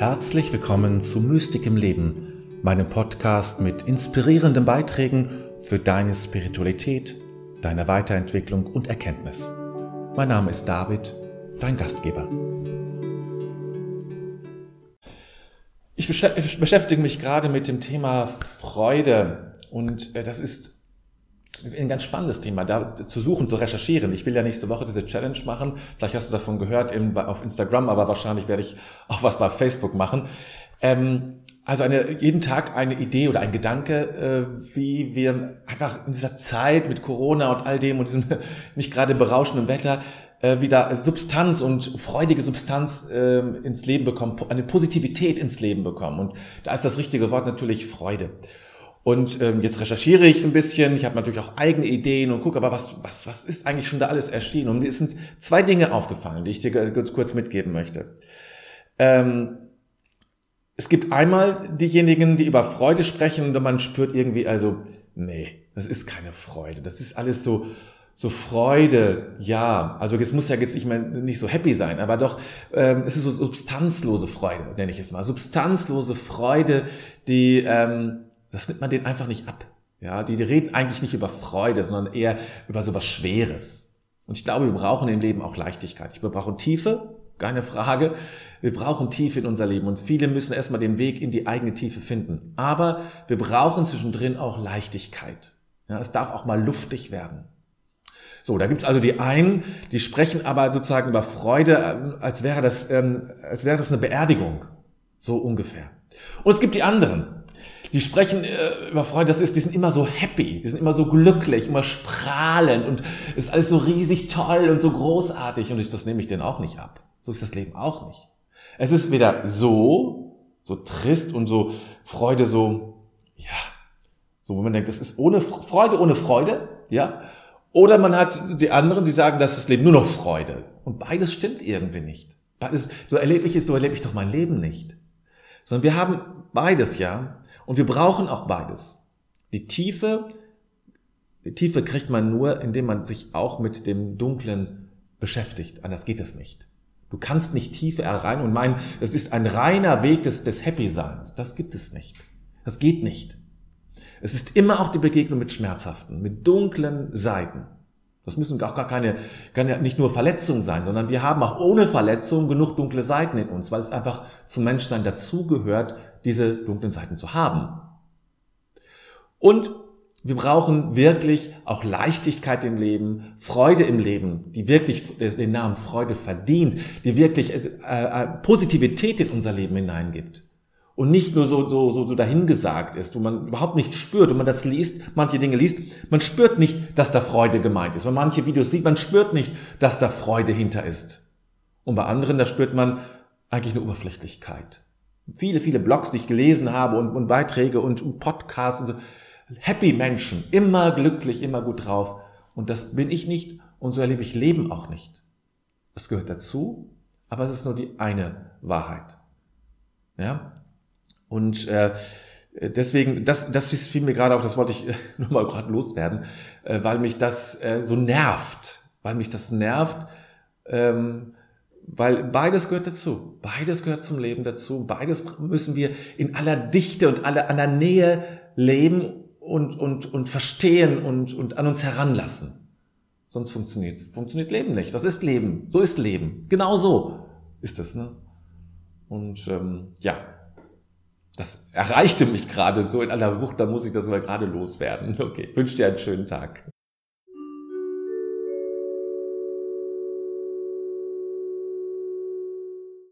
Herzlich willkommen zu Mystik im Leben, meinem Podcast mit inspirierenden Beiträgen für deine Spiritualität, deine Weiterentwicklung und Erkenntnis. Mein Name ist David, dein Gastgeber. Ich beschäftige mich gerade mit dem Thema Freude und das ist ein ganz spannendes Thema, da zu suchen, zu recherchieren. Ich will ja nächste Woche diese Challenge machen. Vielleicht hast du davon gehört auf Instagram, aber wahrscheinlich werde ich auch was bei Facebook machen. Also jeden Tag eine Idee oder ein Gedanke, wie wir einfach in dieser Zeit mit Corona und all dem und diesem nicht gerade berauschenden Wetter wieder Substanz und freudige Substanz ins Leben bekommen, eine Positivität ins Leben bekommen. Und da ist das richtige Wort natürlich Freude. Und jetzt recherchiere ich ein bisschen, ich habe natürlich auch eigene Ideen und gucke, aber was ist eigentlich schon da alles erschienen? Und mir sind zwei Dinge aufgefallen, die ich dir kurz mitgeben möchte. Es gibt einmal diejenigen, die über Freude sprechen und man spürt irgendwie, nee, das ist keine Freude, das ist alles so Freude, ja, also es muss ja jetzt nicht so happy sein, aber doch, es ist so substanzlose Freude, nenne ich es mal, substanzlose Freude, die das nimmt man denen einfach nicht ab. Ja, die reden eigentlich nicht über Freude, sondern eher über sowas Schweres. Und ich glaube, wir brauchen im Leben auch Leichtigkeit. Wir brauchen Tiefe, keine Frage. Wir brauchen Tiefe in unser Leben und viele müssen erstmal den Weg in die eigene Tiefe finden. Aber wir brauchen zwischendrin auch Leichtigkeit. Ja, es darf auch mal luftig werden. So, da gibt's also die einen, die sprechen aber sozusagen über Freude, als wäre das eine Beerdigung. So ungefähr. Und es gibt die anderen. Die sprechen über Freude, die sind immer so happy, die sind immer so glücklich, immer strahlend und ist alles so riesig toll und so großartig und das nehme ich denen auch nicht ab. So ist das Leben auch nicht. Es ist weder so trist und so Freude so wo man denkt, das ist ohne Freude, ja. Oder man hat die anderen, die sagen, das ist das Leben nur noch Freude. Und beides stimmt irgendwie nicht. Beides, so erlebe ich doch mein Leben nicht. Sondern wir haben beides, ja. Und wir brauchen auch beides. Die Tiefe kriegt man nur, indem man sich auch mit dem Dunklen beschäftigt. Anders geht es nicht. Du kannst nicht Tiefe erreichen und meinen, es ist ein reiner Weg des Happy-Seins. Das gibt es nicht. Das geht nicht. Es ist immer auch die Begegnung mit Schmerzhaften, mit dunklen Seiten. Das müssen auch kann ja nicht nur Verletzungen sein, sondern wir haben auch ohne Verletzung genug dunkle Seiten in uns, weil es einfach zum Menschsein dazugehört, diese dunklen Seiten zu haben. Und wir brauchen wirklich auch Leichtigkeit im Leben, Freude im Leben, die wirklich den Namen Freude verdient, die wirklich Positivität in unser Leben hineingibt. Und nicht nur so dahingesagt ist, wo man überhaupt nicht spürt, wenn man das liest, manche Dinge liest, man spürt nicht, dass da Freude gemeint ist. Wenn man manche Videos sieht, man spürt nicht, dass da Freude hinter ist. Und bei anderen, da spürt man eigentlich eine Oberflächlichkeit. Viele Blogs, die ich gelesen habe und Beiträge und Podcasts und so. Happy Menschen, immer glücklich, immer gut drauf. Und das bin ich nicht und so erlebe ich Leben auch nicht. Das gehört dazu, aber es ist nur die eine Wahrheit. Ja? Und deswegen, das fiel mir gerade auf, das wollte ich nur mal gerade loswerden, weil mich das so nervt. Weil beides gehört dazu. Beides gehört zum Leben dazu. Beides müssen wir in aller Dichte und aller Nähe leben und verstehen und an uns heranlassen. Sonst funktioniert Leben nicht. Das ist Leben. So ist Leben. Genau so ist es, ne? Und das erreichte mich gerade so in aller Wucht, da muss ich das mal gerade loswerden. Okay, ich wünsche dir einen schönen Tag.